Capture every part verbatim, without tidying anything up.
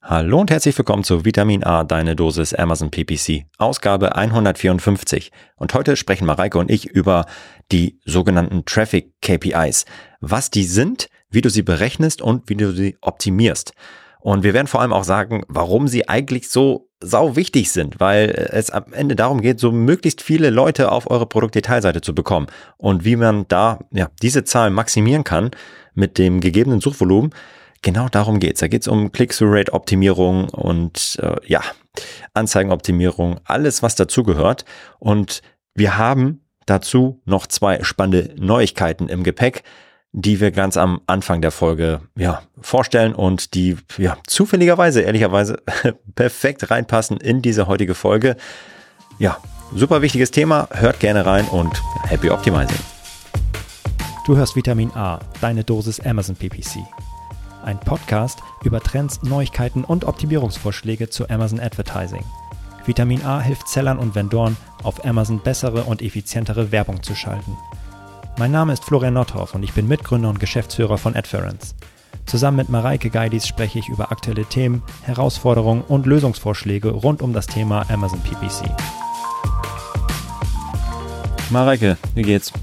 Hallo und herzlich willkommen zu Vitamin A, deine Dosis Amazon P P C, Ausgabe hundertvierundfünfzig. Und heute sprechen Mareike und ich über die sogenannten Traffic K P Is. Was die sind, wie du sie berechnest und wie du sie optimierst. Und wir werden vor allem auch sagen, warum sie eigentlich so sau wichtig sind, weil es am Ende darum geht, so möglichst viele Leute auf eure Produktdetailseite zu bekommen. Und wie man da ja diese Zahlen maximieren kann mit dem gegebenen Suchvolumen. Genau darum geht's. Da geht's um Click-Through-Rate-Optimierung und äh, ja, Anzeigenoptimierung, alles was dazugehört. Und wir haben dazu noch zwei spannende Neuigkeiten im Gepäck, die wir ganz am Anfang der Folge ja vorstellen und die ja zufälligerweise, ehrlicherweise perfekt reinpassen in diese heutige Folge. Ja, super wichtiges Thema. Hört gerne rein und happy optimizing. Du hörst Vitamin A, deine Dosis Amazon P P C. Ein Podcast über Trends, Neuigkeiten und Optimierungsvorschläge zu Amazon Advertising. Vitamin A hilft Sellern und Vendoren, auf Amazon bessere und effizientere Werbung zu schalten. Mein Name ist Florian Nothoff und ich bin Mitgründer und Geschäftsführer von Adference. Zusammen mit Mareike Geidis spreche ich über aktuelle Themen, Herausforderungen und Lösungsvorschläge rund um das Thema Amazon P P C. Mareike, wie geht's?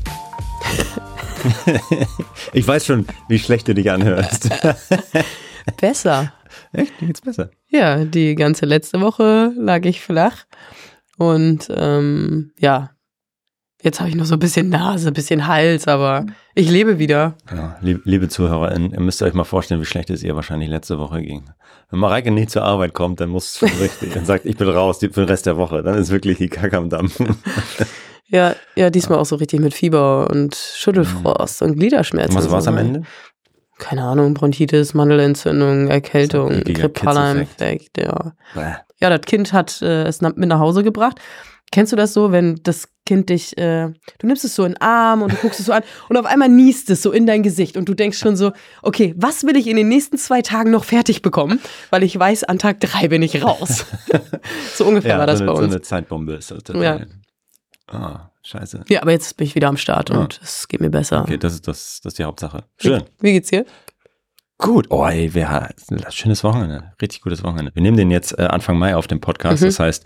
Ich weiß schon, wie schlecht du dich anhörst. Besser. Echt? Mir geht's besser? Ja, die ganze letzte Woche lag ich flach und ähm, ja, jetzt habe ich noch so ein bisschen Nase, ein bisschen Hals, aber ich lebe wieder. Ja, liebe, liebe ZuhörerInnen, ihr müsst euch mal vorstellen, wie schlecht es ihr wahrscheinlich letzte Woche ging. Wenn Mareike nicht zur Arbeit kommt, dann muss es schon richtig und sagt, ich bin raus für den Rest der Woche, dann ist wirklich die Kacke am Dampf. Ja, ja, diesmal auch so richtig mit Fieber und Schüttelfrost und Gliederschmerzen. Und was war es so. am Ende? Keine Ahnung, Bronchitis, Mandelentzündung, Erkältung, so grippaler Infekt, ja. Bäh. Ja, das Kind hat äh, es mit nach Hause gebracht. Kennst du das so, wenn das Kind dich, äh, du nimmst es so in den Arm und du guckst es so an und auf einmal niest es so in dein Gesicht und du denkst schon so, okay, was will ich in den nächsten zwei Tagen noch fertig bekommen? Weil ich weiß, an Tag drei bin ich raus. So ungefähr ja, war das so eine, bei uns. So eine Zeitbombe ist das. Ja. Ah, scheiße. Ja, aber jetzt bin ich wieder am Start und ah. es geht mir besser. Okay, das ist, das, das ist die Hauptsache. Schön. Wie, wie geht's dir? Gut. Oh, ey, wir haben ein schönes Wochenende. Richtig gutes Wochenende. Wir nehmen den jetzt äh, Anfang Mai auf dem Podcast. Mhm. Das heißt,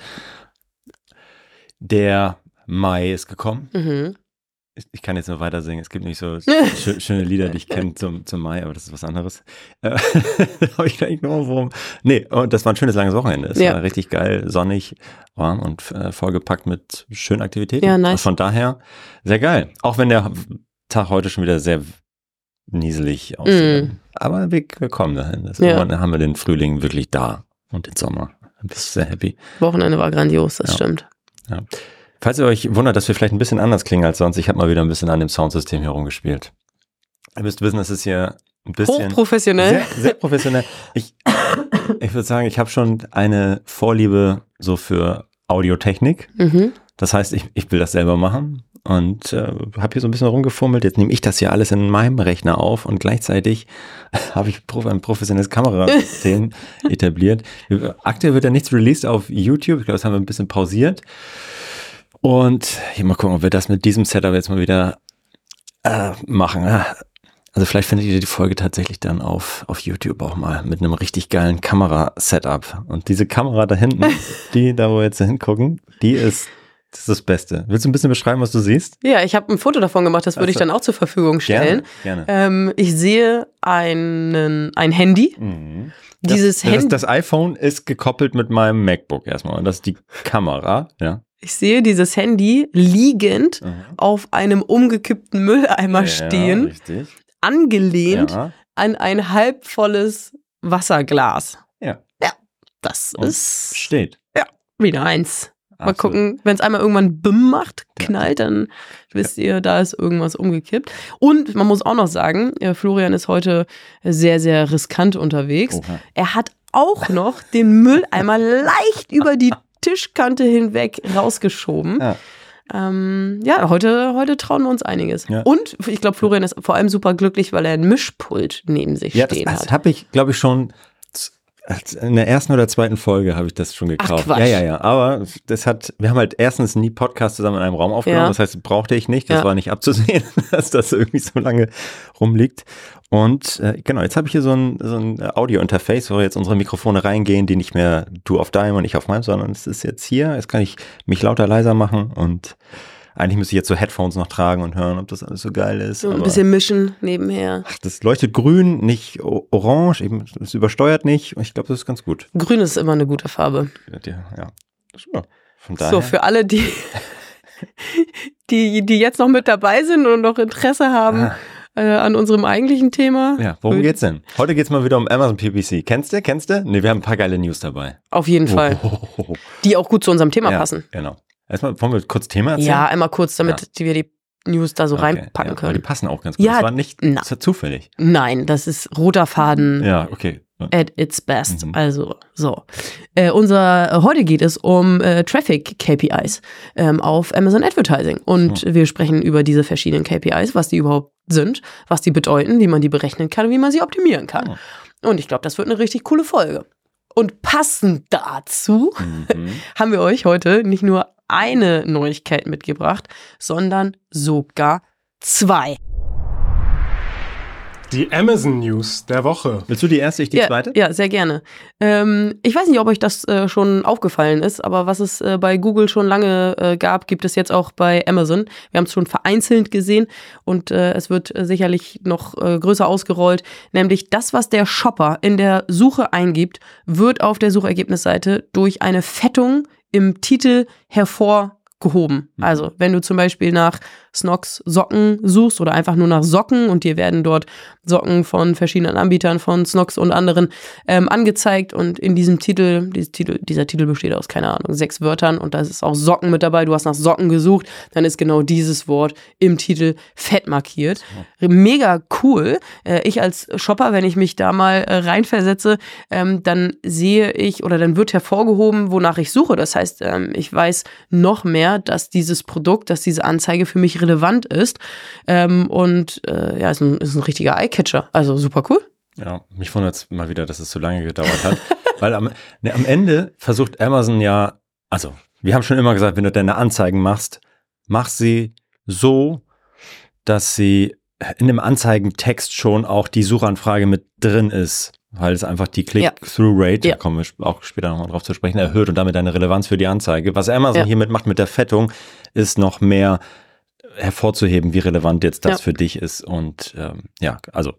der Mai ist gekommen. Mhm. Ich, ich kann jetzt nur weiter singen. Es gibt nicht so sch- schöne Lieder, die ich kenne zum, zum Mai, aber das ist was anderes. Äh, da habe ich gleich noch warum. Nee, und das war ein schönes langes Wochenende. Es ja. war richtig geil, sonnig, warm und äh, vollgepackt mit schönen Aktivitäten. Ja, nice. Also von daher sehr geil. Auch wenn der Tag heute schon wieder sehr nieselig aussieht. Mm. Aber wir, wir kommen dahin. Das ja. Dann haben wir den Frühling wirklich da und den Sommer. Dann bist du sehr happy. Wochenende war grandios, das ja. stimmt. Ja. Falls ihr euch wundert, dass wir vielleicht ein bisschen anders klingen als sonst, ich habe mal wieder ein bisschen an dem Soundsystem hier rumgespielt. Ihr müsst wissen, es ist hier ein bisschen... Hochprofessionell. Sehr, sehr professionell. Ich, ich würde sagen, ich habe schon eine Vorliebe so für Audiotechnik. Mhm. Das heißt, ich, ich will das selber machen und äh, habe hier so ein bisschen rumgefummelt. Jetzt nehme ich das hier alles in meinem Rechner auf und gleichzeitig habe ich ein professionelles Kamerasystem etabliert. Aktuell wird ja nichts released auf YouTube. Ich glaube, das haben wir ein bisschen pausiert. Und hier mal gucken, ob wir das mit diesem Setup jetzt mal wieder äh, machen. Also vielleicht findet ihr die Folge tatsächlich dann auf, auf YouTube auch mal mit einem richtig geilen Kamera-Setup. Und diese Kamera da hinten, die, da wo wir jetzt hingucken, die ist das, ist das Beste. Willst du ein bisschen beschreiben, was du siehst? Ja, ich habe ein Foto davon gemacht, das würde also, ich dann auch zur Verfügung stellen. Gerne, gerne. Ähm, ich sehe einen, ein Handy. Mhm. Dieses das, Handy. Das, das iPhone ist gekoppelt mit meinem MacBook erstmal und das ist die Kamera, ja. Ich sehe dieses Handy liegend mhm. auf einem umgekippten Mülleimer ja, stehen, richtig. angelehnt ja. an ein halbvolles Wasserglas. Ja. Ja, das und ist... steht. Ja, wieder eins. Mal Absolut. gucken, wenn es einmal irgendwann Bimm macht, knallt, ja. dann wisst ihr, da ist irgendwas umgekippt. Und man muss auch noch sagen, Florian ist heute sehr, sehr riskant unterwegs. Oha. Er hat auch noch den Mülleimer leicht über die Tischkante hinweg rausgeschoben. Ja, ähm, ja heute, heute trauen wir uns einiges. Ja. Und ich glaube, Florian ist vor allem super glücklich, weil er ein Mischpult neben sich ja, stehen das, hat. Das habe ich, glaube ich, schon In der ersten oder zweiten Folge habe ich das schon gekauft. Ach, Quatsch. Ja, ja, ja. Aber das hat, wir haben halt erstens nie Podcast zusammen in einem Raum aufgenommen. Ja. Das heißt, brauchte ich nicht. Das ja. war nicht abzusehen, dass das irgendwie so lange rumliegt. Und äh, genau, jetzt habe ich hier so ein, so ein Audio-Interface, wo jetzt unsere Mikrofone reingehen, die nicht mehr du auf deinem und ich auf meinem, sondern es ist jetzt hier. Jetzt kann ich mich lauter, leiser machen und eigentlich müsste ich jetzt so Headphones noch tragen und hören, ob das alles so geil ist. So ein bisschen mischen nebenher. Ach, das leuchtet grün, nicht orange, eben, es übersteuert nicht. Ich glaube, das ist ganz gut. Grün ist immer eine gute Farbe. Ja, ja. So, von daher. So, für alle, die, die, die jetzt noch mit dabei sind und noch Interesse haben ah. äh, an unserem eigentlichen Thema. Ja, worum geht's denn? Heute geht's mal wieder um Amazon P P C. Kennst du? Kennst du? Ne, wir haben ein paar geile News dabei. Auf jeden oh, Fall. Oh, oh, oh. Die auch gut zu unserem Thema ja, passen. Genau. Erstmal, wollen wir kurz Thema erzählen? Ja, einmal kurz, damit ja. wir die News da so okay, reinpacken ja, können. Aber die passen auch ganz gut. Ja, das war nicht na, das war zufällig. Nein, das ist roter Faden. Ja, okay. At its best. Mhm. Also, so. Äh, unser, äh, heute geht es um äh, Traffic-K P Is ähm, auf Amazon Advertising. Und so. wir sprechen über diese verschiedenen K P Is, was die überhaupt sind, was die bedeuten, wie man die berechnen kann und wie man sie optimieren kann. Oh. Und ich glaube, das wird eine richtig coole Folge. Und passend dazu mhm. haben wir euch heute nicht nur eine Neuigkeit mitgebracht, sondern sogar zwei. Die Amazon News der Woche. Willst du die erste, ich die ja, zweite? Ja, sehr gerne. Ähm, ich weiß nicht, ob euch das äh, schon aufgefallen ist, aber was es äh, bei Google schon lange äh, gab, gibt es jetzt auch bei Amazon. Wir haben es schon vereinzelt gesehen und äh, es wird äh, sicherlich noch äh, größer ausgerollt. Nämlich das, was der Shopper in der Suche eingibt, wird auf der Suchergebnisseite durch eine Fettung im Titel hervorgehoben. Mhm. Also, wenn du zum Beispiel nach Snox Socken suchst oder einfach nur nach Socken und dir werden dort Socken von verschiedenen Anbietern von Snox und anderen ähm, angezeigt und in diesem Titel, dieses Titel, dieser Titel besteht aus, keine Ahnung, sechs Wörtern und da ist auch Socken mit dabei, du hast nach Socken gesucht, dann ist genau dieses Wort im Titel fett markiert. Ja. Mega cool. Äh, ich als Shopper, wenn ich mich da mal äh, reinversetze, ähm, dann sehe ich oder dann wird hervorgehoben, wonach ich suche. Das heißt, ähm, ich weiß noch mehr, dass dieses Produkt, dass diese Anzeige für mich relevant ist. Ähm, und äh, ja, ist ein, ist ein richtiger Eyecatcher. Also super cool. Ja, mich wundert es mal wieder, dass es so lange gedauert hat. Weil am, ne, am Ende versucht Amazon ja, also wir haben schon immer gesagt, wenn du deine Anzeigen machst, mach sie so, dass sie in dem Anzeigentext schon auch die Suchanfrage mit drin ist. Weil es einfach die Click-Through-Rate, ja. da kommen wir auch später nochmal drauf zu sprechen, erhöht und damit eine Relevanz für die Anzeige. Was Amazon ja. hiermit macht mit der Fettung, ist noch mehr hervorzuheben, wie relevant jetzt das ja. für dich ist. Und ähm, ja, also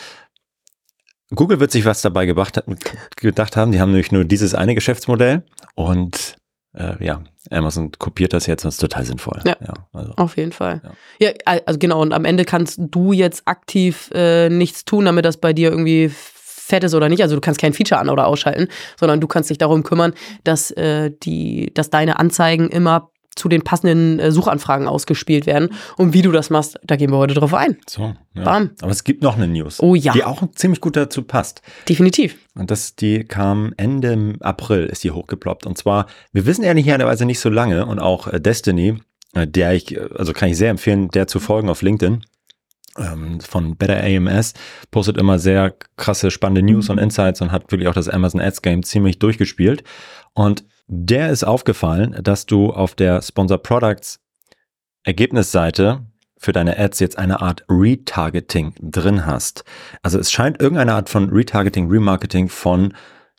Google wird sich was dabei gebracht, gedacht haben. Die haben nämlich nur dieses eine Geschäftsmodell und äh, ja, Amazon kopiert das jetzt und ist total sinnvoll. Ja, ja also. Auf jeden Fall. Ja. ja, also genau. Und am Ende kannst du jetzt aktiv äh, nichts tun, damit das bei dir irgendwie fett ist oder nicht. Also du kannst kein Feature an- oder ausschalten, sondern du kannst dich darum kümmern, dass äh, die, dass deine Anzeigen immer zu den passenden äh, Suchanfragen ausgespielt werden. Und wie du das machst, da gehen wir heute drauf ein. So, ja. Bam. Aber es gibt noch eine News, oh, ja. die auch ziemlich gut dazu passt. Definitiv. Und das, die kam Ende April, ist die hochgeploppt. Und zwar, wir wissen ehrlicherweise nicht so lange und auch äh, Destiny, äh, der ich, also kann ich sehr empfehlen, der zu folgen auf LinkedIn, ähm, von Better A M S, postet immer sehr krasse, spannende News und Insights und hat wirklich auch das Amazon Ads Game ziemlich durchgespielt. Und der ist aufgefallen, dass du auf der Sponsor Products Ergebnisseite für deine Ads jetzt eine Art Retargeting drin hast. Also es scheint irgendeine Art von Retargeting, Remarketing von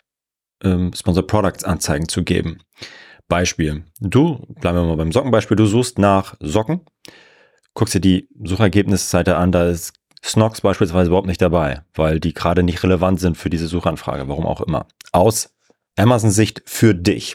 ähm, Sponsor Products Anzeigen zu geben. Beispiel. Du, bleiben wir mal beim Sockenbeispiel, du suchst nach Socken, guckst dir die Suchergebnisseite an, da ist Snox beispielsweise überhaupt nicht dabei, weil die gerade nicht relevant sind für diese Suchanfrage, warum auch immer. Aus Amazon-Sicht für dich.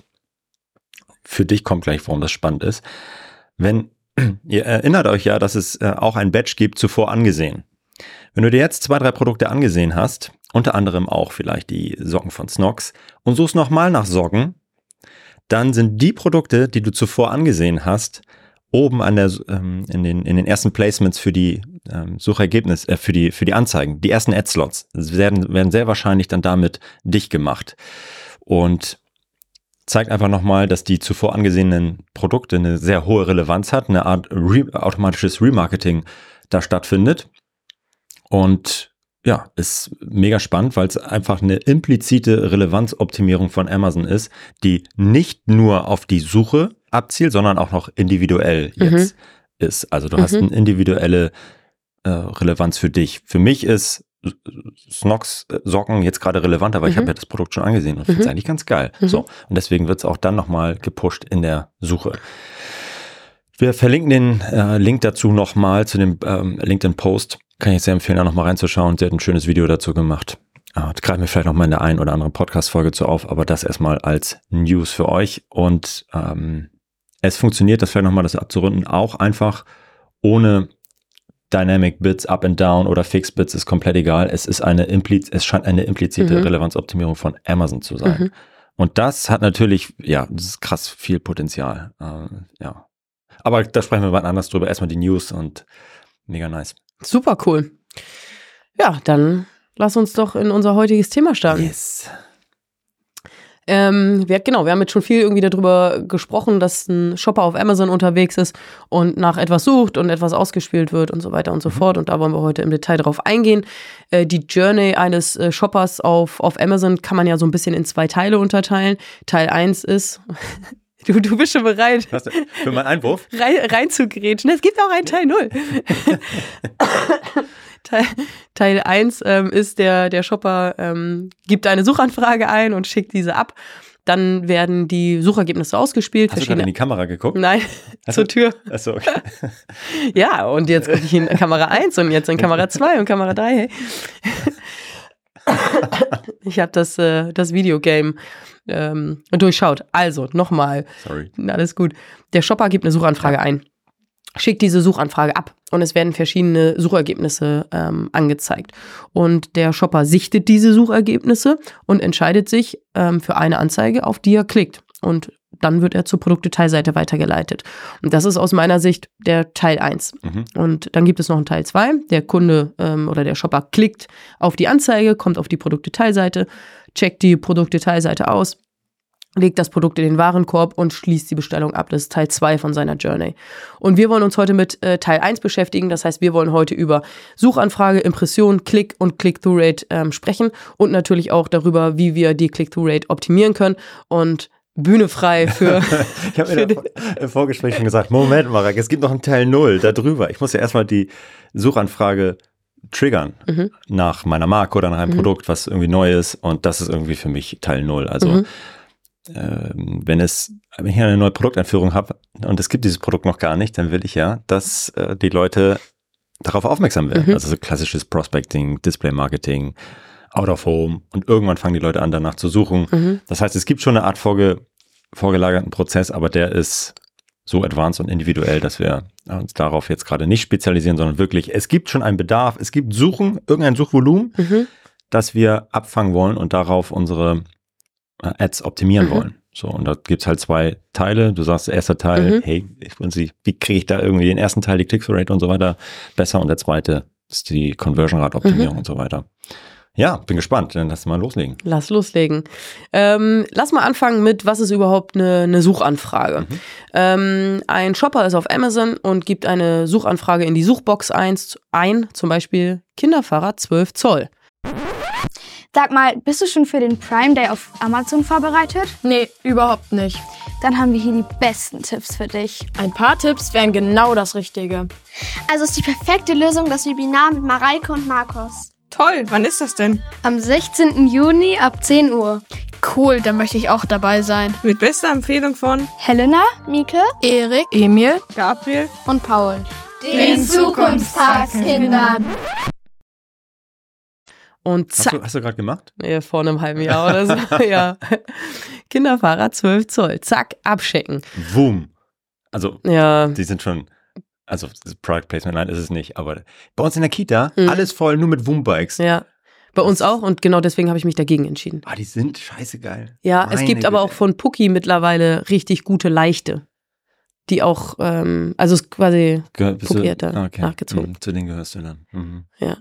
Für dich kommt gleich, warum das spannend ist. Wenn, ihr erinnert euch ja, dass es äh, auch ein Badge gibt, zuvor angesehen. Wenn du dir jetzt zwei, drei Produkte angesehen hast, unter anderem auch vielleicht die Socken von Snox, und suchst nochmal nach Socken, dann sind die Produkte, die du zuvor angesehen hast, oben an der, ähm, in den, in den ersten Placements für die ähm, Suchergebnis, äh, für die, für die Anzeigen, die ersten Ad-Slots werden, werden sehr wahrscheinlich dann damit dicht gemacht. Und zeigt einfach nochmal, dass die zuvor angesehenen Produkte eine sehr hohe Relevanz hat, eine Art Re- automatisches Remarketing da stattfindet. Und ja, ist mega spannend, weil es einfach eine implizite Relevanzoptimierung von Amazon ist, die nicht nur auf die Suche abzielt, sondern auch noch individuell jetzt mhm. ist. Also du mhm. hast eine individuelle äh, Relevanz für dich. Für mich ist Snox-Socken jetzt gerade relevanter, weil mhm. ich habe ja das Produkt schon angesehen und mhm. finde es eigentlich ganz geil. Mhm. So, und deswegen wird es auch dann nochmal gepusht in der Suche. Wir verlinken den äh, Link dazu nochmal zu dem ähm, LinkedIn-Post. Kann ich sehr empfehlen, da nochmal reinzuschauen. Sie hat ein schönes Video dazu gemacht. Äh, das greifen wir vielleicht nochmal in der einen oder anderen Podcast-Folge zu auf, aber das erstmal als News für euch. Und ähm, es funktioniert, das vielleicht nochmal das abzurunden, auch einfach ohne Dynamic Bits, Up and Down oder Fixed Bits, ist komplett egal. Es ist eine impliz- es scheint eine implizite mhm. Relevanzoptimierung von Amazon zu sein. Mhm. Und das hat natürlich, ja, das ist krass viel Potenzial. Äh, ja. Aber da sprechen wir mal anders drüber. Erstmal die News und mega nice. Super cool. Ja, dann lass uns doch in unser heutiges Thema starten. Yes. Ähm, wir, genau, wir haben jetzt schon viel irgendwie darüber gesprochen, dass ein Shopper auf Amazon unterwegs ist und nach etwas sucht und etwas ausgespielt wird und so weiter und so mhm. fort. Und da wollen wir heute im Detail drauf eingehen. Äh, die Journey eines äh, Shoppers auf, auf Amazon kann man ja so ein bisschen in zwei Teile unterteilen. Teil eins ist... Du, du bist schon bereit. Was denn? Für meinen Einwurf? Rein, reinzugrätschen. Es gibt auch einen Teil null. Teil, Teil eins ähm, ist, der, der Shopper ähm, gibt eine Suchanfrage ein und schickt diese ab. Dann werden die Suchergebnisse ausgespielt. Hast du gerade in die Kamera geguckt? Nein, Hast zur du? Tür. Achso, okay. Ja, und jetzt gucke ich in Kamera eins und jetzt in Kamera zwei und Kamera drei. Hey. Ich habe das, äh, das Videogame ähm, durchschaut. Also, nochmal. Sorry. Alles gut. Der Shopper gibt eine Suchanfrage ein, schickt diese Suchanfrage ab und es werden verschiedene Suchergebnisse ähm, angezeigt. Und der Shopper sichtet diese Suchergebnisse und entscheidet sich ähm, für eine Anzeige, auf die er klickt. Und dann wird er zur Produktdetailseite weitergeleitet. Und das ist aus meiner Sicht der Teil eins. Mhm. Und dann gibt es noch einen Teil zwei. Der Kunde ähm, oder der Shopper klickt auf die Anzeige, kommt auf die Produktdetailseite, checkt die Produktdetailseite aus, legt das Produkt in den Warenkorb und schließt die Bestellung ab. Das ist Teil zwei von seiner Journey. Und wir wollen uns heute mit äh, Teil eins beschäftigen. Das heißt, wir wollen heute über Suchanfrage, Impression, Klick und Click-Through-Rate ähm, sprechen und natürlich auch darüber, wie wir die Click-Through-Rate optimieren können. Und Bühne frei für... Ich habe mir im Vorgespräch schon gesagt, Moment, Marek, es gibt noch einen Teil null da drüber. Ich muss ja erstmal die Suchanfrage triggern mhm. nach meiner Marke oder nach einem mhm. Produkt, was irgendwie neu ist. Und das ist irgendwie für mich Teil null. Also mhm. ähm, wenn es, wenn ich eine neue Produkteinführung habe und es gibt dieses Produkt noch gar nicht, dann will ich ja, dass äh, die Leute darauf aufmerksam werden. Mhm. Also so klassisches Prospecting, Display-Marketing, Out of Home und irgendwann fangen die Leute an, danach zu suchen. Mhm. Das heißt, es gibt schon eine Art vorge, vorgelagerten Prozess, aber der ist so advanced und individuell, dass wir uns darauf jetzt gerade nicht spezialisieren, sondern wirklich, es gibt schon einen Bedarf, es gibt Suchen, irgendein Suchvolumen, mhm. das wir abfangen wollen und darauf unsere äh, Ads optimieren mhm. wollen. So, und da gibt es halt zwei Teile. Du sagst, der erste Teil, mhm. hey, ich will sie, wie kriege ich da irgendwie den ersten Teil, die Click-Through-Rate und so weiter besser, und der zweite ist die Conversion-Rate-Optimierung mhm. und so weiter. Ja, bin gespannt, dann lass mal loslegen. Lass loslegen. Ähm, lass mal anfangen mit, was ist überhaupt eine, eine Suchanfrage? Mhm. Ähm, ein Shopper ist auf Amazon und gibt eine Suchanfrage in die Suchbox ein, ein zum Beispiel Kinderfahrrad zwölf Zoll. Sag mal, bist du schon für den Prime Day auf Amazon vorbereitet? Nee, überhaupt nicht. Dann haben wir hier die besten Tipps für dich. Ein paar Tipps wären genau das Richtige. Also ist die perfekte Lösung das Webinar mit Mareike und Markus. Toll, wann ist das denn? Am sechzehnten Juni ab zehn Uhr. Cool, dann möchte ich auch dabei sein. Mit bester Empfehlung von Helena, Mieke, Erik, Emil, Gabriel und Paul. Den Zukunftstagskindern. Und zack. Hast du, hast du gerade gemacht? Ja, vor einem halben Jahr oder so. Ja. Kinderfahrrad zwölf Zoll. Zack, abchecken. Wum. Also, ja. Die sind schon... Also Product Placement, nein, ist es nicht. Aber bei uns in der Kita, mhm. alles voll, nur mit Woom-Bikes. Ja, bei uns auch. Und genau deswegen habe ich mich dagegen entschieden. Ah, die sind scheiße geil. Ja, Meine es gibt Güte. aber auch von Pucki mittlerweile richtig gute Leichte. Die auch, ähm, also es ist quasi Ge- Pucki hat da ah, okay. nachgezogen. Mhm, zu denen gehörst du dann. Mhm. Ja.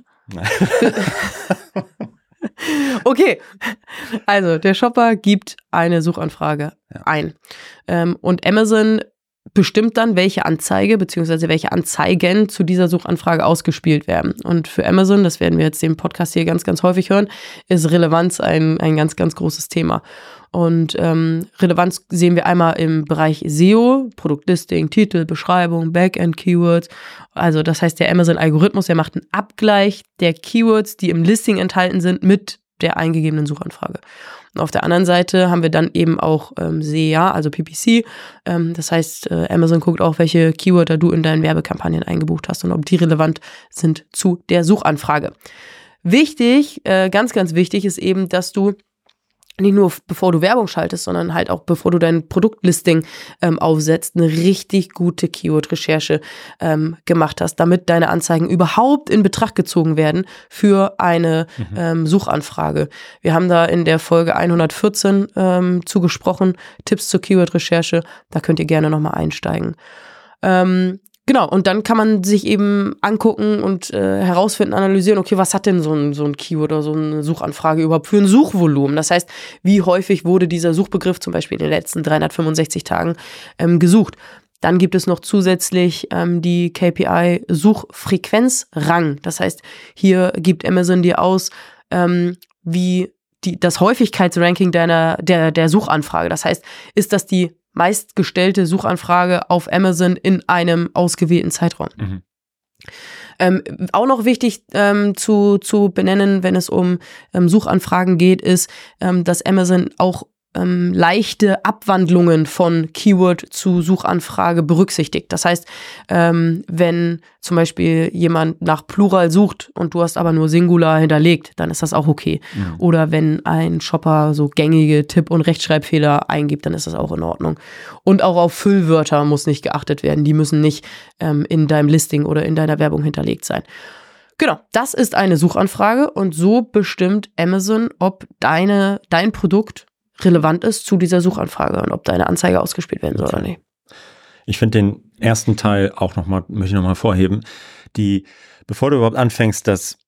Okay, also der Shopper gibt eine Suchanfrage ja. ein. Ähm, und Amazon bestimmt dann, welche Anzeige bzw. welche Anzeigen zu dieser Suchanfrage ausgespielt werden. Und für Amazon, das werden wir jetzt im Podcast hier ganz, ganz häufig hören, ist Relevanz ein, ein ganz, ganz großes Thema. Und ähm, Relevanz sehen wir einmal im Bereich S E O, Produktlisting, Titel, Beschreibung, Backend-Keywords. Also das heißt, der Amazon-Algorithmus, der macht einen Abgleich der Keywords, die im Listing enthalten sind, mit der eingegebenen Suchanfrage. Und auf der anderen Seite haben wir dann eben auch ähm, S E A, also P P C. Ähm, das heißt, äh, Amazon guckt auch, welche Keywörter du in deinen Werbekampagnen eingebucht hast und ob die relevant sind zu der Suchanfrage. Wichtig, äh, ganz, ganz wichtig ist eben, dass du nicht nur bevor du Werbung schaltest, sondern halt auch bevor du dein Produktlisting ähm, aufsetzt, eine richtig gute Keyword-Recherche ähm, gemacht hast, damit deine Anzeigen überhaupt in Betracht gezogen werden für eine mhm. ähm, Suchanfrage. Wir haben da in der Folge hundertvierzehn ähm, zugesprochen, Tipps zur Keyword-Recherche, da könnt ihr gerne nochmal einsteigen. Ähm, Genau, und dann kann man sich eben angucken und äh, herausfinden, analysieren, okay, was hat denn so ein, so ein Keyword oder so eine Suchanfrage überhaupt für ein Suchvolumen? Das heißt, wie häufig wurde dieser Suchbegriff zum Beispiel in den letzten dreihundertfünfundsechzig Tagen ähm, gesucht? Dann gibt es noch zusätzlich ähm, die K P I Suchfrequenzrang. Das heißt, hier gibt Amazon dir aus, ähm, wie die, das Häufigkeitsranking deiner, der, der Suchanfrage. Das heißt, ist das die meistgestellte Suchanfrage auf Amazon in einem ausgewählten Zeitraum. Mhm. Ähm, auch noch wichtig ähm, zu, zu benennen, wenn es um ähm, Suchanfragen geht, ist, ähm, dass Amazon auch ähm, leichte Abwandlungen von Keyword zu Suchanfrage berücksichtigt. Das heißt, ähm, wenn zum Beispiel jemand nach Plural sucht und du hast aber nur Singular hinterlegt, dann ist das auch okay. Mhm. Oder wenn ein Shopper so gängige Tipp- und Rechtschreibfehler eingibt, dann ist das auch in Ordnung. Und auch auf Füllwörter muss nicht geachtet werden. Die müssen nicht ähm, in deinem Listing oder in deiner Werbung hinterlegt sein. Genau, das ist eine Suchanfrage und so bestimmt Amazon, ob deine, dein Produkt relevant ist zu dieser Suchanfrage und ob deine Anzeige ausgespielt werden soll oder nicht. Ich finde den ersten Teil auch nochmal, möchte ich nochmal vorheben, die, bevor du überhaupt anfängst, das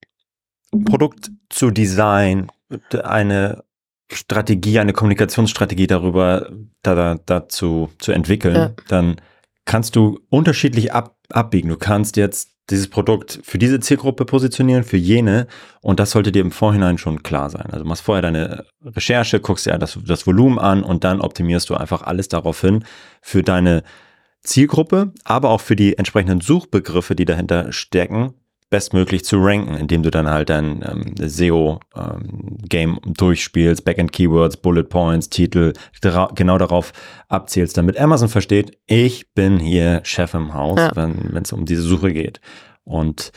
Produkt zu designen, eine Strategie, eine Kommunikationsstrategie darüber da, da, dazu zu entwickeln, ja. dann kannst du unterschiedlich ab, abbiegen. Du kannst jetzt dieses Produkt für diese Zielgruppe positionieren, für jene, und das sollte dir im Vorhinein schon klar sein. Also du machst vorher deine Recherche, guckst dir das, das Volumen an und dann optimierst du einfach alles darauf hin für deine Zielgruppe, aber auch für die entsprechenden Suchbegriffe, die dahinter stecken, bestmöglich zu ranken, indem du dann halt dein ähm, S E O-Game ähm, durchspielst, Backend-Keywords, Bullet Points, Titel, dra- genau darauf abzielst, damit Amazon versteht, ich bin hier Chef im Haus, ja. wenn es um diese Suche geht. Und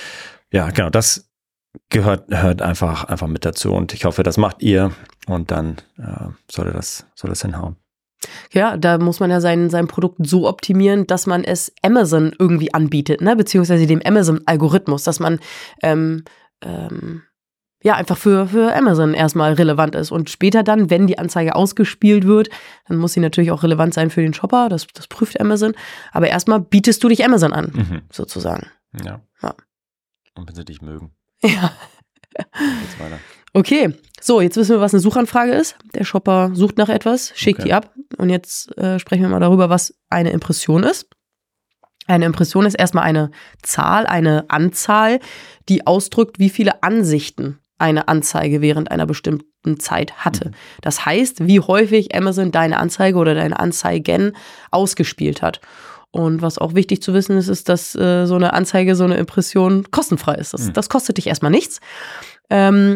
ja, genau, das gehört, gehört einfach, einfach mit dazu und ich hoffe, das macht ihr und dann äh, soll das, soll das hinhauen. Ja, da muss man ja sein, sein Produkt so optimieren, dass man es Amazon irgendwie anbietet, ne? Beziehungsweise dem Amazon-Algorithmus, dass man ähm, ähm, ja einfach für, für Amazon erstmal relevant ist. Und später dann, wenn die Anzeige ausgespielt wird, dann muss sie natürlich auch relevant sein für den Shopper, das, das prüft Amazon. Aber erstmal bietest du dich Amazon an, mhm. sozusagen. Ja. ja. Und wenn sie dich mögen. Ja. Geht's weiter. Okay, so, jetzt wissen wir, was eine Suchanfrage ist. Der Shopper sucht nach etwas, schickt okay. die ab. Und jetzt äh, sprechen wir mal darüber, was eine Impression ist. Eine Impression ist erstmal eine Zahl, eine Anzahl, die ausdrückt, wie viele Ansichten eine Anzeige während einer bestimmten Zeit hatte. Mhm. Das heißt, wie häufig Amazon deine Anzeige oder deine Anzeigen ausgespielt hat. Und was auch wichtig zu wissen ist, ist, dass äh, so eine Anzeige, so eine Impression kostenfrei ist. Das, mhm. das kostet dich erstmal nichts. Ähm,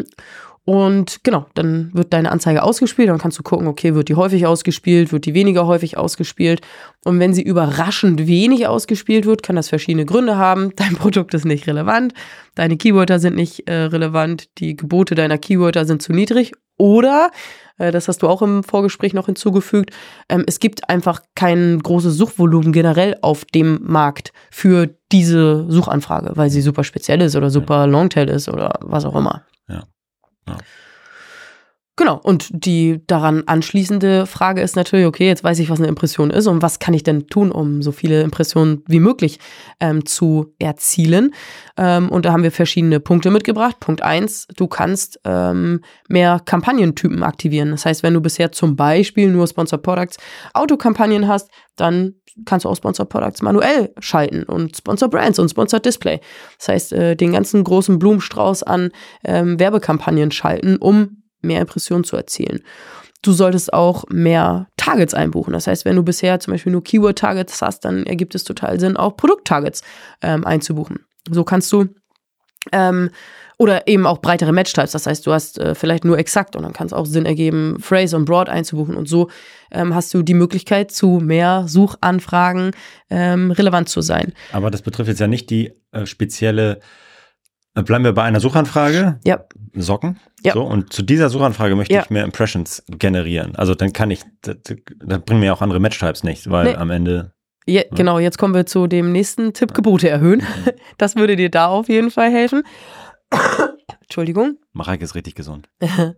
Und genau, dann wird deine Anzeige ausgespielt, dann kannst du gucken, okay, wird die häufig ausgespielt, wird die weniger häufig ausgespielt. Und wenn sie überraschend wenig ausgespielt wird, kann das verschiedene Gründe haben. Dein Produkt ist nicht relevant, deine Keywörter sind nicht äh, relevant, die Gebote deiner Keywörter sind zu niedrig. Oder, äh, das hast du auch im Vorgespräch noch hinzugefügt, ähm, es gibt einfach kein großes Suchvolumen generell auf dem Markt für diese Suchanfrage, weil sie super speziell ist oder super Longtail ist oder was auch immer. Ja. Ja. Genau, und die daran anschließende Frage ist natürlich, okay, jetzt weiß ich, was eine Impression ist und was kann ich denn tun, um so viele Impressionen wie möglich ähm, zu erzielen. Ähm, und da haben wir verschiedene Punkte mitgebracht. Punkt eins, du kannst ähm, mehr Kampagnentypen aktivieren. Das heißt, wenn du bisher zum Beispiel nur Sponsored Products Autokampagnen hast, dann kannst du auch Sponsored Products manuell schalten und Sponsored Brands und Sponsored Display. Das heißt, äh, den ganzen großen Blumenstrauß an ähm, Werbekampagnen schalten, um mehr Impressionen zu erzielen. Du solltest auch mehr Targets einbuchen. Das heißt, wenn du bisher zum Beispiel nur Keyword-Targets hast, dann ergibt es total Sinn, auch Produkt-Targets ähm, einzubuchen. So kannst du ähm, oder eben auch breitere Match-Types. Das heißt, du hast äh, vielleicht nur exakt und dann kann es auch Sinn ergeben, Phrase und Broad einzubuchen. Und so ähm, hast du die Möglichkeit, zu mehr Suchanfragen ähm, relevant zu sein. Aber das betrifft jetzt ja nicht die äh, spezielle. Bleiben wir bei einer Suchanfrage. Ja. Socken. Ja. So, und zu dieser Suchanfrage möchte ja. ich mehr Impressions generieren. Also dann kann ich, dann bringen mir auch andere Match-Types nicht, weil nee. am Ende. Ja, ja. Genau, jetzt kommen wir zu dem nächsten Tipp, Gebote erhöhen. Mhm. Das würde dir da auf jeden Fall helfen. Entschuldigung. Mareike ist richtig gesund.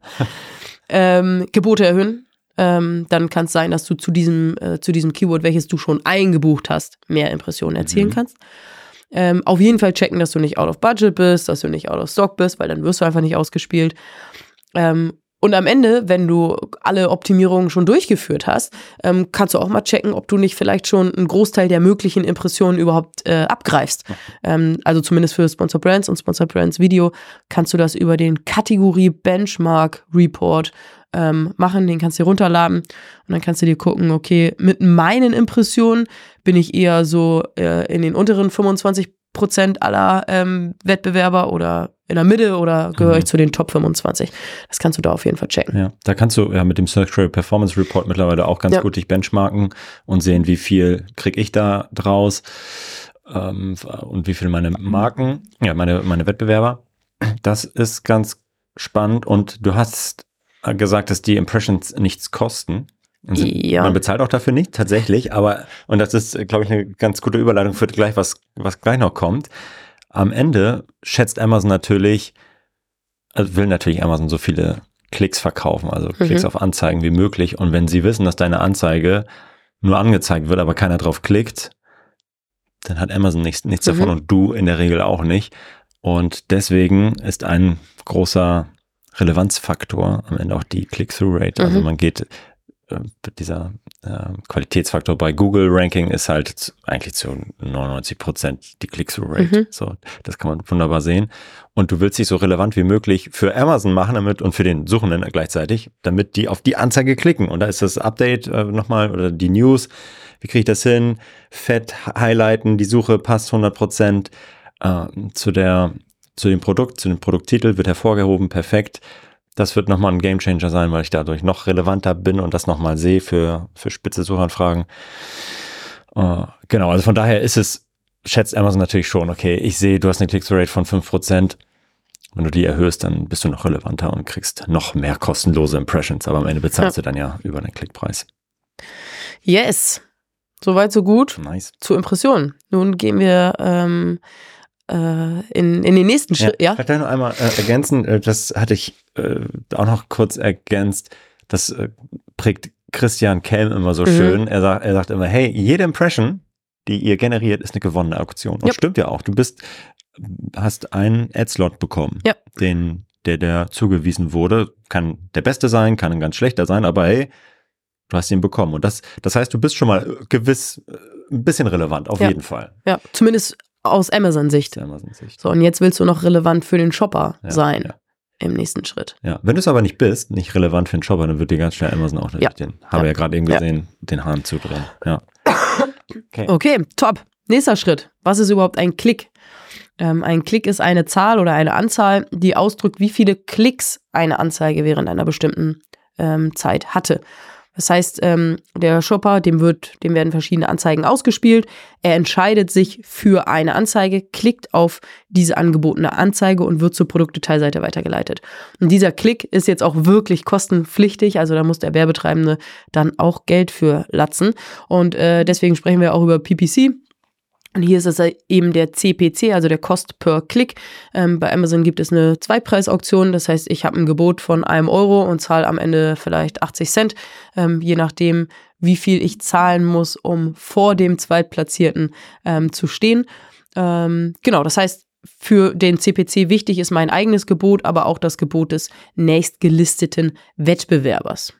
ähm, Gebote erhöhen. Ähm, dann kann es sein, dass du zu diesem, äh, zu diesem Keyword, welches du schon eingebucht hast, mehr Impressionen erzielen mhm. kannst. Ähm, auf jeden Fall checken, dass du nicht out of budget bist, dass du nicht out of stock bist, weil dann wirst du einfach nicht ausgespielt. Ähm, und am Ende, wenn du alle Optimierungen schon durchgeführt hast, ähm, kannst du auch mal checken, ob du nicht vielleicht schon einen Großteil der möglichen Impressionen überhaupt äh, abgreifst. Ähm, also zumindest für Sponsored Brands und Sponsored Brands Video kannst du das über den Kategorie Benchmark Report ähm, machen. Den kannst du dir runterladen und dann kannst du dir gucken, okay, mit meinen Impressionen bin ich eher so äh, in den unteren fünfundzwanzig Prozent aller ähm, Wettbewerber oder in der Mitte oder gehöre mhm. ich zu den Top fünfundzwanzig? Das kannst du da auf jeden Fall checken. Ja, da kannst du ja mit dem Search Query Performance Report mittlerweile auch ganz ja. gut dich benchmarken und sehen, wie viel kriege ich da draus ähm, und wie viel meine Marken, ja, meine, meine Wettbewerber. Das ist ganz spannend und du hast gesagt, dass die Impressions nichts kosten. Ja. Man bezahlt auch dafür nicht, tatsächlich, aber, und das ist, glaube ich, eine ganz gute Überleitung für gleich, was, was gleich noch kommt. Am Ende schätzt Amazon natürlich, also will natürlich Amazon so viele Klicks verkaufen, also mhm. Klicks auf Anzeigen wie möglich. Und wenn sie wissen, dass deine Anzeige nur angezeigt wird, aber keiner drauf klickt, dann hat Amazon nichts, nichts mhm. davon und du in der Regel auch nicht. Und deswegen ist ein großer Relevanzfaktor am Ende auch die Click-Through-Rate. Also mhm. man geht, äh, dieser äh, Qualitätsfaktor bei Google-Ranking ist halt eigentlich zu neunundneunzig Prozent die Click-Through-Rate. Mhm. So, das kann man wunderbar sehen. Und du willst dich so relevant wie möglich für Amazon machen damit und für den Suchenden gleichzeitig, damit die auf die Anzeige klicken. Und da ist das Update äh, nochmal oder die News. Wie kriege ich das hin? Fett highlighten, die Suche passt hundert Prozent äh, zu der zu dem Produkt, zu dem Produkttitel, wird hervorgehoben, perfekt. Das wird nochmal ein Gamechanger sein, weil ich dadurch noch relevanter bin und das nochmal sehe für, für spitze Suchanfragen. Uh, genau, also von daher ist es, schätzt Amazon natürlich schon, okay, ich sehe, du hast eine Click-Through-Rate von fünf Prozent. Wenn du die erhöhst, dann bist du noch relevanter und kriegst noch mehr kostenlose Impressions, aber am Ende bezahlst ja. du dann ja über den Klickpreis. Yes, soweit so gut. Nice. Zu Impressionen. Nun gehen wir ähm, In, in den nächsten Schritt, ja. Ich kann noch einmal äh, ergänzen, äh, das hatte ich äh, auch noch kurz ergänzt, das äh, prägt Christian Kelm immer so mhm. schön. Er sagt, er sagt immer, hey, jede Impression, die ihr generiert, ist eine gewonnene Auktion. Und yep. stimmt ja auch. Du bist, hast einen Ad-Slot bekommen, ja. den, der der zugewiesen wurde. Kann der beste sein, kann ein ganz schlechter sein, aber hey, du hast ihn bekommen. Und das, das heißt, du bist schon mal gewiss ein bisschen relevant, auf ja. jeden Fall. Ja, zumindest aus Amazon-Sicht. Amazon-Sicht. So, und jetzt willst du noch relevant für den Shopper ja, sein ja. im nächsten Schritt. Ja, wenn du es aber nicht bist, nicht relevant für den Shopper, dann wird dir ganz schnell Amazon auch natürlich, ja. den, haben ja. wir ja gerade eben gesehen, ja. den Hahn zudrehen. Ja. Okay. okay, top. Nächster Schritt. Was ist überhaupt ein Klick? Ähm, ein Klick ist eine Zahl oder eine Anzahl, die ausdrückt, wie viele Klicks eine Anzeige während einer bestimmten ähm, Zeit hatte. Das heißt, ähm, der Shopper, dem wird, dem werden verschiedene Anzeigen ausgespielt. Er entscheidet sich für eine Anzeige, klickt auf diese angebotene Anzeige und wird zur Produktdetailseite weitergeleitet. Und dieser Klick ist jetzt auch wirklich kostenpflichtig, also da muss der Werbetreibende dann auch Geld für latzen. Und äh, deswegen sprechen wir auch über P P C. Und hier ist es eben der C P C, also der Cost per Click. Ähm, bei Amazon gibt es eine Zweitpreisauktion, das heißt, ich habe ein Gebot von einem Euro und zahle am Ende vielleicht achtzig Cent, ähm, je nachdem, wie viel ich zahlen muss, um vor dem Zweitplatzierten ähm, zu stehen. Ähm, genau, das heißt, für den C P C wichtig ist mein eigenes Gebot, aber auch das Gebot des nächstgelisteten Wettbewerbers.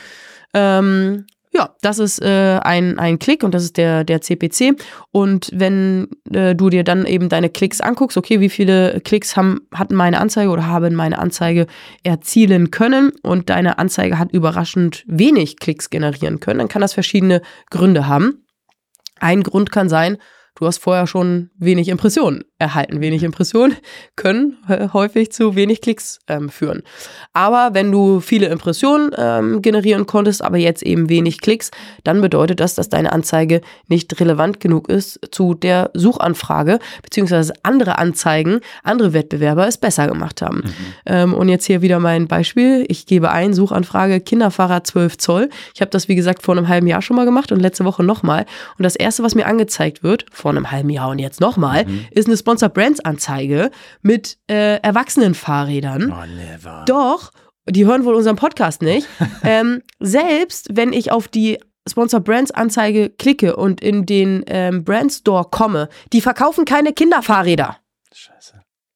Ähm, Ja, das ist äh, ein, ein Klick und das ist der, der C P C. Und wenn äh, du dir dann eben deine Klicks anguckst, okay, wie viele Klicks haben, hatten meine Anzeige oder haben meine Anzeige erzielen können und deine Anzeige hat überraschend wenig Klicks generieren können, dann kann das verschiedene Gründe haben. Ein Grund kann sein, du hast vorher schon wenig Impressionen erhalten. Wenig Impressionen können äh, häufig zu wenig Klicks ähm, führen. Aber wenn du viele Impressionen ähm, generieren konntest, aber jetzt eben wenig Klicks, dann bedeutet das, dass deine Anzeige nicht relevant genug ist zu der Suchanfrage, beziehungsweise andere Anzeigen, andere Wettbewerber es besser gemacht haben. Mhm. Ähm, und jetzt hier wieder mein Beispiel. Ich gebe ein, Suchanfrage Kinderfahrrad zwölf Zoll. Ich habe das, wie gesagt, vor einem halben Jahr schon mal gemacht und letzte Woche nochmal. Und das Erste, was mir angezeigt wird, vor einem halben Jahr und jetzt nochmal, mhm. ist eine Sponsored Brands Anzeige mit äh, Erwachsenenfahrrädern. Oh, never. Doch, die hören wohl unseren Podcast nicht. ähm, selbst wenn ich auf die Sponsored Brands Anzeige klicke und in den ähm, Brand Store komme, die verkaufen keine Kinderfahrräder. Scheiße.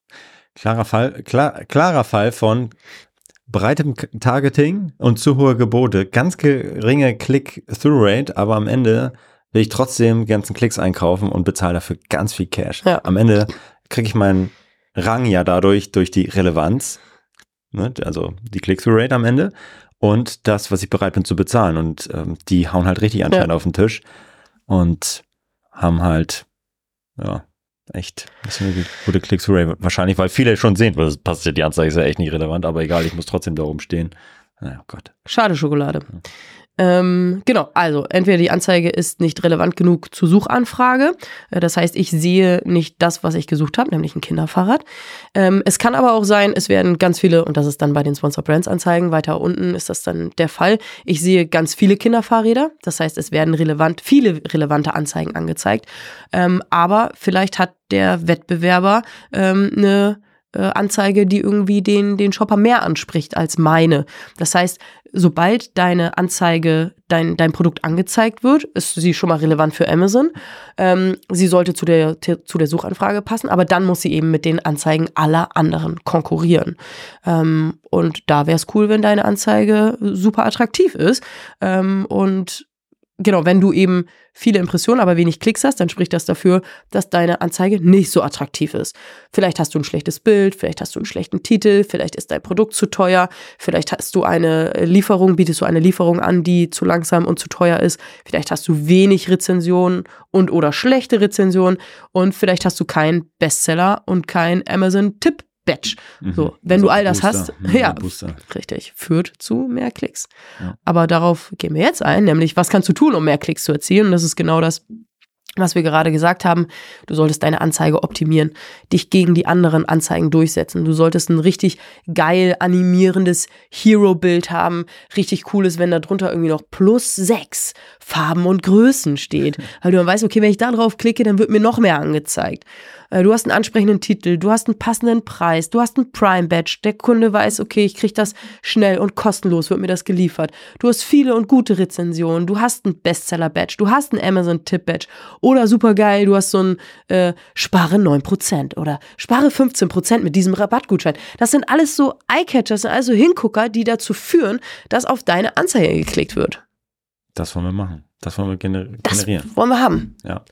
Klarer Fall, klar, klarer Fall von breitem Targeting und zu hohe Gebote. Ganz geringe Click-Through-Rate, aber am Ende will ich trotzdem ganzen Klicks einkaufen und bezahle dafür ganz viel Cash. Ja. Am Ende kriege ich meinen Rang ja dadurch, durch die Relevanz, ne, also die Click-Through-Rate am Ende und das, was ich bereit bin zu bezahlen. Und ähm, die hauen halt richtig anscheinend ja. auf den Tisch und haben halt, ja, echt eine gute Click-Through-Rate. Wahrscheinlich, weil viele schon sehen, weil das passt ja, die Anzeige ist ja echt nicht relevant, aber egal, ich muss trotzdem da oben stehen. Naja, Gott. Schade Schokolade. Ja. Ähm, genau, also entweder die Anzeige ist nicht relevant genug zur Suchanfrage, das heißt, ich sehe nicht das, was ich gesucht habe, nämlich ein Kinderfahrrad. Ähm, es kann aber auch sein, es werden ganz viele, und das ist dann bei den Sponsored Brands Anzeigen, weiter unten ist das dann der Fall, ich sehe ganz viele Kinderfahrräder, das heißt, es werden relevant, viele relevante Anzeigen angezeigt, ähm, aber vielleicht hat der Wettbewerber ähm, eine Anzeige, die irgendwie den, den Shopper mehr anspricht als meine. Das heißt, sobald deine Anzeige, dein, dein Produkt angezeigt wird, ist sie schon mal relevant für Amazon. Ähm, sie sollte zu der, zu der Suchanfrage passen, aber dann muss sie eben mit den Anzeigen aller anderen konkurrieren. Ähm, und da wäre es cool, wenn deine Anzeige super attraktiv ist. Ähm, und Genau, wenn du eben viele Impressionen, aber wenig Klicks hast, dann spricht das dafür, dass deine Anzeige nicht so attraktiv ist. Vielleicht hast du ein schlechtes Bild, vielleicht hast du einen schlechten Titel, vielleicht ist dein Produkt zu teuer, vielleicht hast du eine Lieferung, bietest du eine Lieferung an, die zu langsam und zu teuer ist, vielleicht hast du wenig Rezensionen und oder schlechte Rezensionen und vielleicht hast du keinen Bestseller und kein Amazon-Tipp. Batch. Mhm. So, wenn also du all das Booster. hast, ja, Booster. Richtig, führt zu mehr Klicks. Ja. Aber darauf gehen wir jetzt ein, nämlich, was kannst du tun, um mehr Klicks zu erzielen? Und das ist genau das, was wir gerade gesagt haben. Du solltest deine Anzeige optimieren, dich gegen die anderen Anzeigen durchsetzen. Du solltest ein richtig geil animierendes Hero-Bild haben. Richtig cool ist, wenn da drunter irgendwie noch plus sechs Farben und Größen steht. Weil du dann weißt, okay, wenn ich da drauf klicke, dann wird mir noch mehr angezeigt. Du hast einen ansprechenden Titel, du hast einen passenden Preis, du hast einen Prime-Badge. Der Kunde weiß, okay, ich kriege das schnell und kostenlos, wird mir das geliefert. Du hast viele und gute Rezensionen, du hast einen Bestseller-Badge, du hast einen Amazon-Tipp-Badge oder supergeil, du hast so ein äh, Spare neun Prozent oder Spare fünfzehn Prozent mit diesem Rabattgutschein. Das sind alles so Eye-Catcher, das sind also Hingucker, die dazu führen, dass auf deine Anzeige geklickt wird. Das wollen wir machen. Das wollen wir gener- das generieren. Das wollen wir haben. Ja.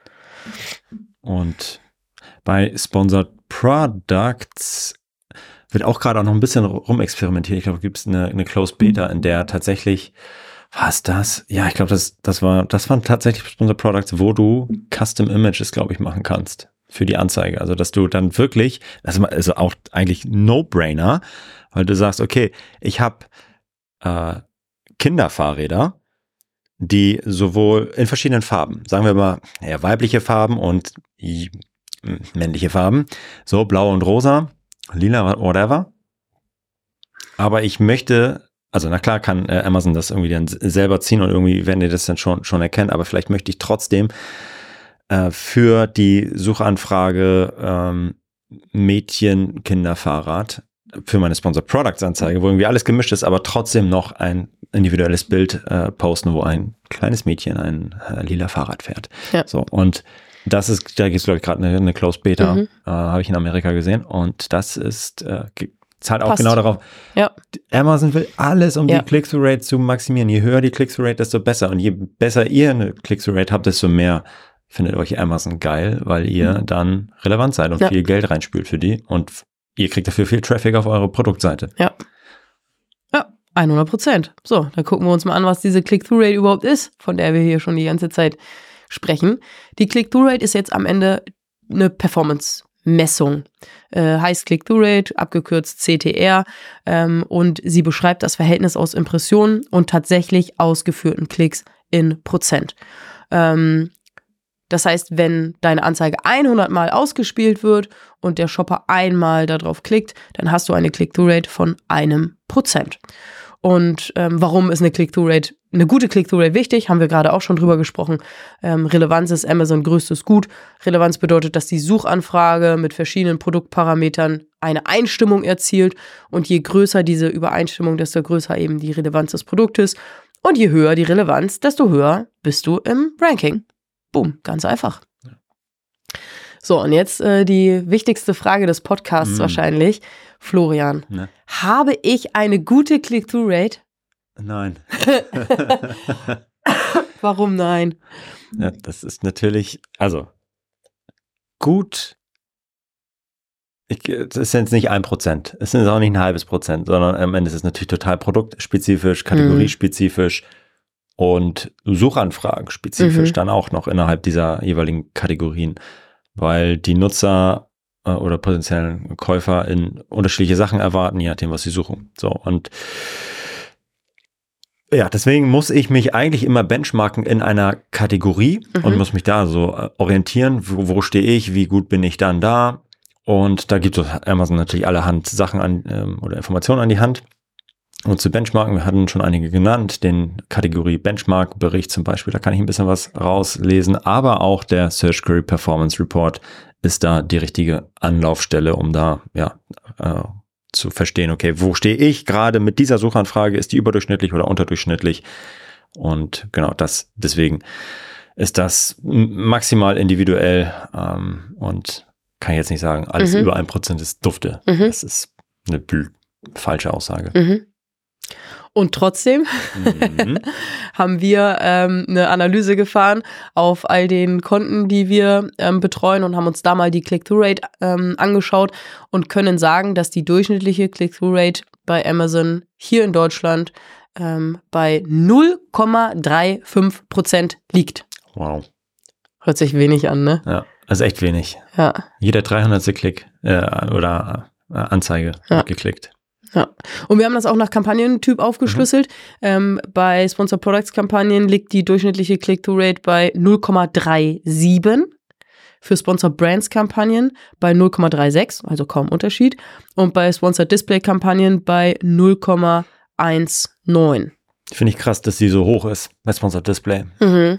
Und bei Sponsored Products wird auch gerade auch noch ein bisschen rumexperimentiert. Ich glaube, gibt es eine, eine Closed Beta, in der tatsächlich, was das? Ja, ich glaube, das, das war, das waren tatsächlich Sponsored Products, wo du Custom Images, glaube ich, machen kannst für die Anzeige. Also, dass du dann wirklich, das ist also auch eigentlich No-Brainer, weil du sagst, okay, ich habe äh, Kinderfahrräder, die sowohl in verschiedenen Farben, sagen wir mal, ja, weibliche Farben und männliche Farben, so blau und rosa, lila, whatever. Aber ich möchte, also na klar kann äh, Amazon das irgendwie dann selber ziehen und irgendwie werden die das dann schon schon erkennen, aber vielleicht möchte ich trotzdem äh, für die Suchanfrage ähm, Mädchen-Kinderfahrrad für meine Sponsored Products Anzeige, wo irgendwie alles gemischt ist, aber trotzdem noch ein individuelles Bild äh, posten, wo ein kleines Mädchen ein äh, lila Fahrrad fährt. Ja. So, und das ist, da gibt es glaube ich gerade eine, eine Closed Beta, mhm. äh, habe ich in Amerika gesehen, und das ist äh, zahlt auch Passt. genau darauf. Ja. Amazon will alles, um ja. die Click-Through-Rate zu maximieren. Je höher die Click-Through-Rate, desto besser, und je besser ihr eine Click-Through-Rate habt, desto mehr findet euch Amazon geil, weil ihr mhm. dann relevant seid und ja. viel Geld reinspült für die, und ihr kriegt dafür viel Traffic auf eure Produktseite. Ja. Ja, hundert Prozent. So, dann gucken wir uns mal an, was diese Click-Through-Rate überhaupt ist, von der wir hier schon die ganze Zeit sprechen. Die Click-Through-Rate ist jetzt am Ende eine Performance-Messung. Äh, heißt Click-Through-Rate, abgekürzt C T R, ähm, und sie beschreibt das Verhältnis aus Impressionen und tatsächlich ausgeführten Klicks in Prozent. Ähm, Das heißt, wenn deine Anzeige hundert Mal ausgespielt wird und der Shopper einmal darauf klickt, dann hast du eine Click-Through-Rate von einem Prozent. Und ähm, warum ist eine Click-Through-Rate, eine gute Click-Through-Rate wichtig? Haben wir gerade auch schon drüber gesprochen. Ähm, Relevanz ist Amazon größtes Gut. Relevanz bedeutet, dass die Suchanfrage mit verschiedenen Produktparametern eine Einstimmung erzielt. Und je größer diese Übereinstimmung, desto größer eben die Relevanz des Produktes. Und je höher die Relevanz, desto höher bist du im Ranking. Boom, ganz einfach. So, und jetzt äh, die wichtigste Frage des Podcasts mm. wahrscheinlich. Florian, ne? Habe ich eine gute Click-Through-Rate? Nein. Warum nein? Ja, das ist natürlich, also gut, ich, das ist jetzt nicht ein Prozent, es ist auch nicht ein halbes Prozent, sondern am Ende ist es natürlich total produktspezifisch, kategoriespezifisch. Mm. Und Suchanfragen spezifisch mhm. dann auch noch innerhalb dieser jeweiligen Kategorien, weil die Nutzer äh, oder potenziellen Käufer in unterschiedliche Sachen erwarten, je nachdem, was sie suchen. So, und ja, deswegen muss ich mich eigentlich immer benchmarken in einer Kategorie mhm. und muss mich da so äh, orientieren, wo, wo stehe ich, wie gut bin ich dann da. Und da gibt es Amazon natürlich allerhand Sachen an ähm, oder Informationen an die Hand. Und zu Benchmarken, wir hatten schon einige genannt, den Kategorie Benchmark-Bericht zum Beispiel, da kann ich ein bisschen was rauslesen, aber auch der Search Query Performance Report ist da die richtige Anlaufstelle, um da ja äh, zu verstehen, okay, wo stehe ich gerade mit dieser Suchanfrage, ist die überdurchschnittlich oder unterdurchschnittlich? Und genau das, deswegen ist das maximal individuell ähm, und kann ich jetzt nicht sagen, alles mhm. über ein Prozent ist dufte. Mhm. Das ist eine falsche Aussage. Mhm. Und trotzdem mhm. haben wir ähm, eine Analyse gefahren auf all den Konten, die wir ähm, betreuen, und haben uns da mal die Click-Through-Rate ähm, angeschaut und können sagen, dass die durchschnittliche Click-Through-Rate bei Amazon hier in Deutschland ähm, bei null Komma fünfunddreißig Prozent liegt. Wow. Hört sich wenig an, ne? Ja, also echt wenig. Ja. Jeder dreihundertste Klick äh, oder äh, Anzeige ja. wird geklickt. Ja, und wir haben das auch nach Kampagnentyp aufgeschlüsselt. Mhm. Ähm, bei Sponsored Products Kampagnen liegt die durchschnittliche Click-Through-Rate bei null Komma siebenunddreißig. Für Sponsored Brands Kampagnen bei null Komma sechsunddreißig, also kaum Unterschied. Und bei Sponsored Display Kampagnen bei null Komma neunzehn. Finde ich krass, dass die so hoch ist bei Sponsored Display. Mhm.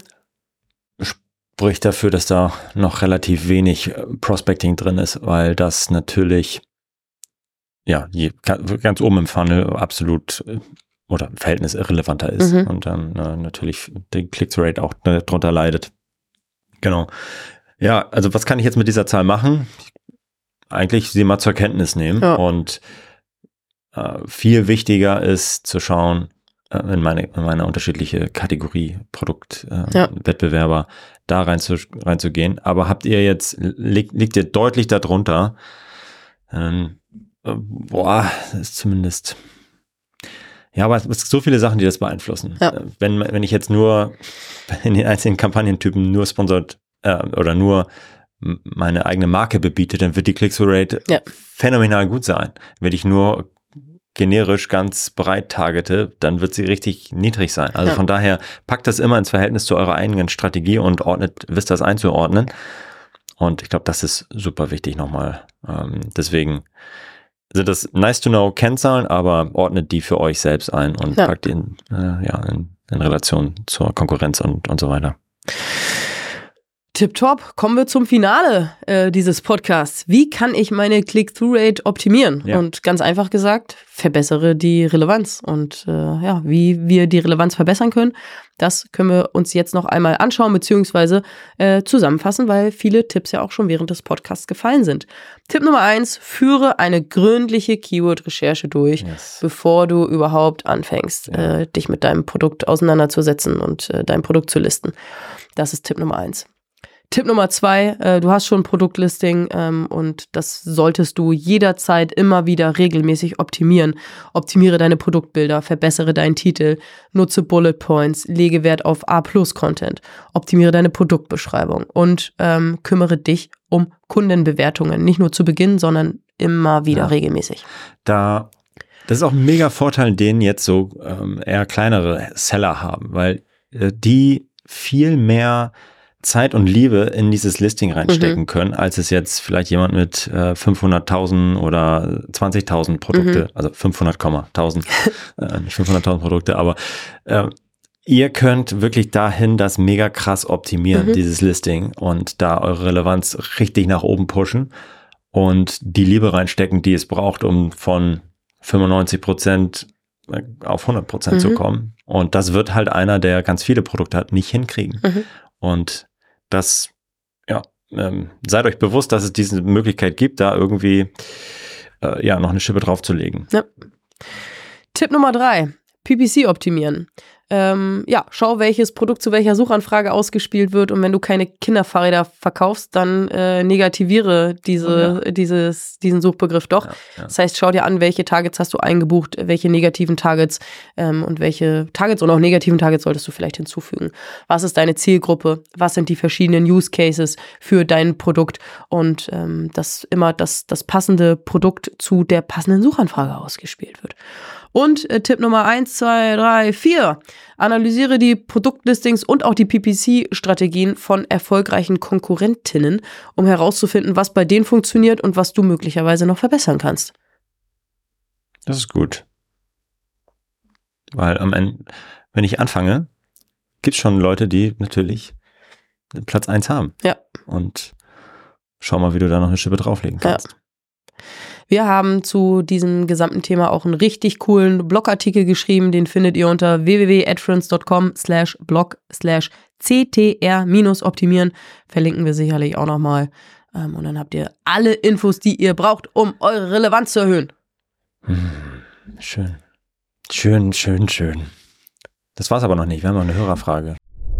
Spricht dafür, dass da noch relativ wenig Prospecting drin ist, weil das natürlich ja, je, ganz oben im Funnel absolut oder Verhältnis irrelevanter ist mhm. und dann äh, natürlich die Click-Through-Rate auch äh, drunter leidet. Genau. Ja, also was kann ich jetzt mit dieser Zahl machen? Eigentlich sie mal zur Kenntnis nehmen ja. und äh, viel wichtiger ist zu schauen, äh, in meine, in meine unterschiedliche Kategorie Produktwettbewerber äh, ja. da rein zu, reinzugehen. Aber habt ihr jetzt, liegt, liegt ihr deutlich darunter, ähm, boah, das ist zumindest, ja, aber es gibt so viele Sachen, die das beeinflussen. Ja. Wenn, wenn ich jetzt nur in den einzelnen Kampagnentypen nur sponsored äh, oder nur meine eigene Marke bebiete, dann wird die Click-Through-Rate ja. phänomenal gut sein. Wenn ich nur generisch ganz breit targete, dann wird sie richtig niedrig sein. Also ja. von daher packt das immer ins Verhältnis zu eurer eigenen Strategie und ordnet, wisst das einzuordnen. Und ich glaube, das ist super wichtig nochmal. Ähm, deswegen sind das nice-to-know-Kennzahlen, aber ordnet die für euch selbst ein und ja. packt die in, äh, ja, in, in Relation zur Konkurrenz und, und so weiter. Tipptopp, kommen wir zum Finale äh, dieses Podcasts. Wie kann ich meine Click-Through-Rate optimieren? Ja. Und ganz einfach gesagt, verbessere die Relevanz. Und äh, ja, wie wir die Relevanz verbessern können, das können wir uns jetzt noch einmal anschauen beziehungsweise äh, zusammenfassen, weil viele Tipps ja auch schon während des Podcasts gefallen sind. Tipp Nummer eins, führe eine gründliche Keyword-Recherche durch, yes. bevor du überhaupt anfängst, ja. äh, dich mit deinem Produkt auseinanderzusetzen und äh, dein Produkt zu listen. Das ist Tipp Nummer eins. Tipp Nummer zwei, äh, du hast schon ein Produktlisting ähm, und das solltest du jederzeit immer wieder regelmäßig optimieren. Optimiere deine Produktbilder, verbessere deinen Titel, nutze Bullet Points, lege Wert auf A plus Content, optimiere deine Produktbeschreibung und ähm, kümmere dich um Kundenbewertungen. Nicht nur zu Beginn, sondern immer wieder ja. regelmäßig. Da, das ist auch ein mega Vorteil, den jetzt so ähm, eher kleinere Seller haben, weil äh, die viel mehr Zeit und Liebe in dieses Listing reinstecken mhm. können, als es jetzt vielleicht jemand mit äh, fünfhunderttausend oder zwanzigtausend Produkte, mhm. also fünfhundert, tausend, äh, nicht fünfhunderttausend Produkte, aber äh, ihr könnt wirklich dahin das mega krass optimieren, mhm. dieses Listing, und da eure Relevanz richtig nach oben pushen und die Liebe reinstecken, die es braucht, um von fünfundneunzig Prozent auf hundert Prozent mhm. zu kommen. Und das wird halt einer, der ganz viele Produkte hat, nicht hinkriegen. Mhm. Und das, ja, ähm, seid euch bewusst, dass es diese Möglichkeit gibt, da irgendwie äh, ja noch eine Schippe draufzulegen. Ja. Tipp Nummer drei, P P C optimieren. Ähm, ja, schau, welches Produkt zu welcher Suchanfrage ausgespielt wird, und wenn du keine Kinderfahrräder verkaufst, dann äh, negativiere diese, oh ja. dieses, diesen Suchbegriff doch. Ja, ja. Das heißt, schau dir an, welche Targets hast du eingebucht, welche negativen Targets ähm, und welche Targets und auch negativen Targets solltest du vielleicht hinzufügen. Was ist deine Zielgruppe? Was sind die verschiedenen Use Cases für dein Produkt? Und ähm, dass immer das, das passende Produkt zu der passenden Suchanfrage ausgespielt wird. Und äh, Tipp Nummer eins, zwei, drei, vier. Analysiere die Produktlistings und auch die P P C-Strategien von erfolgreichen Konkurrentinnen, um herauszufinden, was bei denen funktioniert und was du möglicherweise noch verbessern kannst. Das ist gut. Weil am Ende, wenn ich anfange, gibt es schon Leute, die natürlich Platz eins haben. Ja. Und schau mal, wie du da noch eine Schippe drauflegen kannst. Ja. Wir haben zu diesem gesamten Thema auch einen richtig coolen Blogartikel geschrieben. Den findet ihr unter w w w punkt adference punkt com slash blog slash c t r optimieren. Verlinken wir sicherlich auch nochmal. Und dann habt ihr alle Infos, die ihr braucht, um eure Relevanz zu erhöhen. Schön. Schön, schön, schön. Das war's aber noch nicht. Wir haben noch eine Hörerfrage.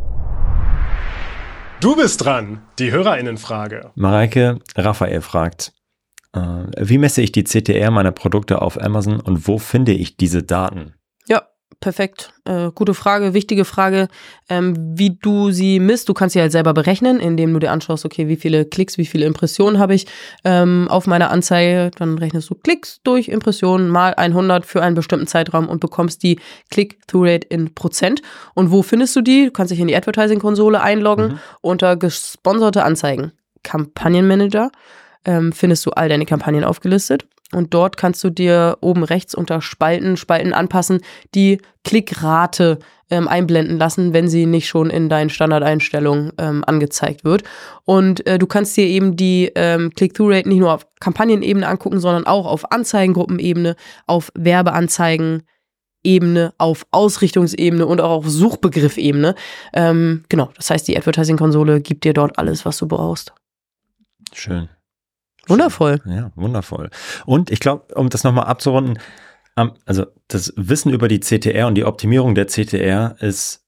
Du bist dran. Die HörerInnenfrage. Mareike Raphael fragt: Wie messe ich die C T R meiner Produkte auf Amazon und wo finde ich diese Daten? Ja, perfekt. Äh, gute Frage, wichtige Frage. Ähm, wie du sie misst, du kannst sie halt selber berechnen, indem du dir anschaust, okay, wie viele Klicks, wie viele Impressionen habe ich ähm, auf meiner Anzeige. Dann rechnest du Klicks durch Impressionen mal hundert für einen bestimmten Zeitraum und bekommst die Click-Through-Rate in Prozent. Und wo findest du die? Du kannst dich in die Advertising-Konsole einloggen mhm. unter gesponserte Anzeigen. Kampagnenmanager. Ähm, findest du all deine Kampagnen aufgelistet, und dort kannst du dir oben rechts unter Spalten, Spalten anpassen, die Klickrate ähm, einblenden lassen, wenn sie nicht schon in deinen Standardeinstellungen ähm, angezeigt wird. Und äh, du kannst dir eben die ähm, Click-Through-Rate nicht nur auf Kampagnenebene angucken, sondern auch auf Anzeigengruppenebene, auf Werbeanzeigen-Ebene, auf Ausrichtungsebene und auch auf Suchbegriffebene. Ähm, genau, das heißt, die Advertising-Konsole gibt dir dort alles, was du brauchst. Schön. Wundervoll. Ja, wundervoll. Und ich glaube, um das nochmal abzurunden, also das Wissen über die C T R und die Optimierung der C T R ist,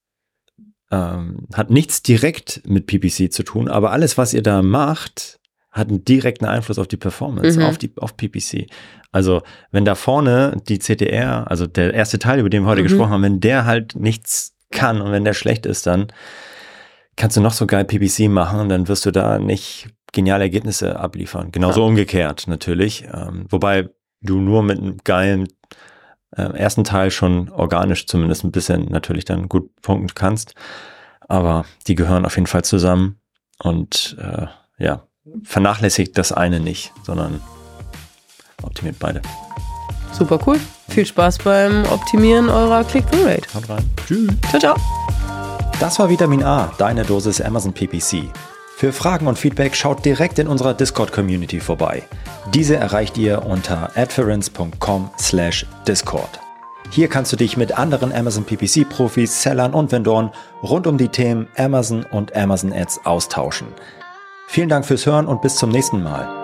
ähm, hat nichts direkt mit P P C zu tun, aber alles, was ihr da macht, hat einen direkten Einfluss auf die Performance, mhm. auf die auf P P C. Also wenn da vorne die C T R, also der erste Teil, über den wir heute mhm. gesprochen haben, wenn der halt nichts kann und wenn der schlecht ist, dann kannst du noch so geil P P C machen und dann wirst du da nicht geniale Ergebnisse abliefern. Genauso ja. umgekehrt natürlich. Ähm, wobei du nur mit einem geilen äh, ersten Teil schon organisch zumindest ein bisschen natürlich dann gut punkten kannst. Aber die gehören auf jeden Fall zusammen und äh, ja, vernachlässigt das eine nicht, sondern optimiert beide. Super cool. Viel Spaß beim Optimieren eurer Click-Through-Rate. Haut rein. Tschüss. Ciao, ciao. Das war Vitamin A, deine Dosis Amazon P P C. Für Fragen und Feedback schaut direkt in unserer Discord-Community vorbei. Diese erreicht ihr unter adference punkt com slash discord. Hier kannst du dich mit anderen Amazon P P C-Profis, Sellern und Vendoren rund um die Themen Amazon und Amazon Ads austauschen. Vielen Dank fürs Hören und bis zum nächsten Mal.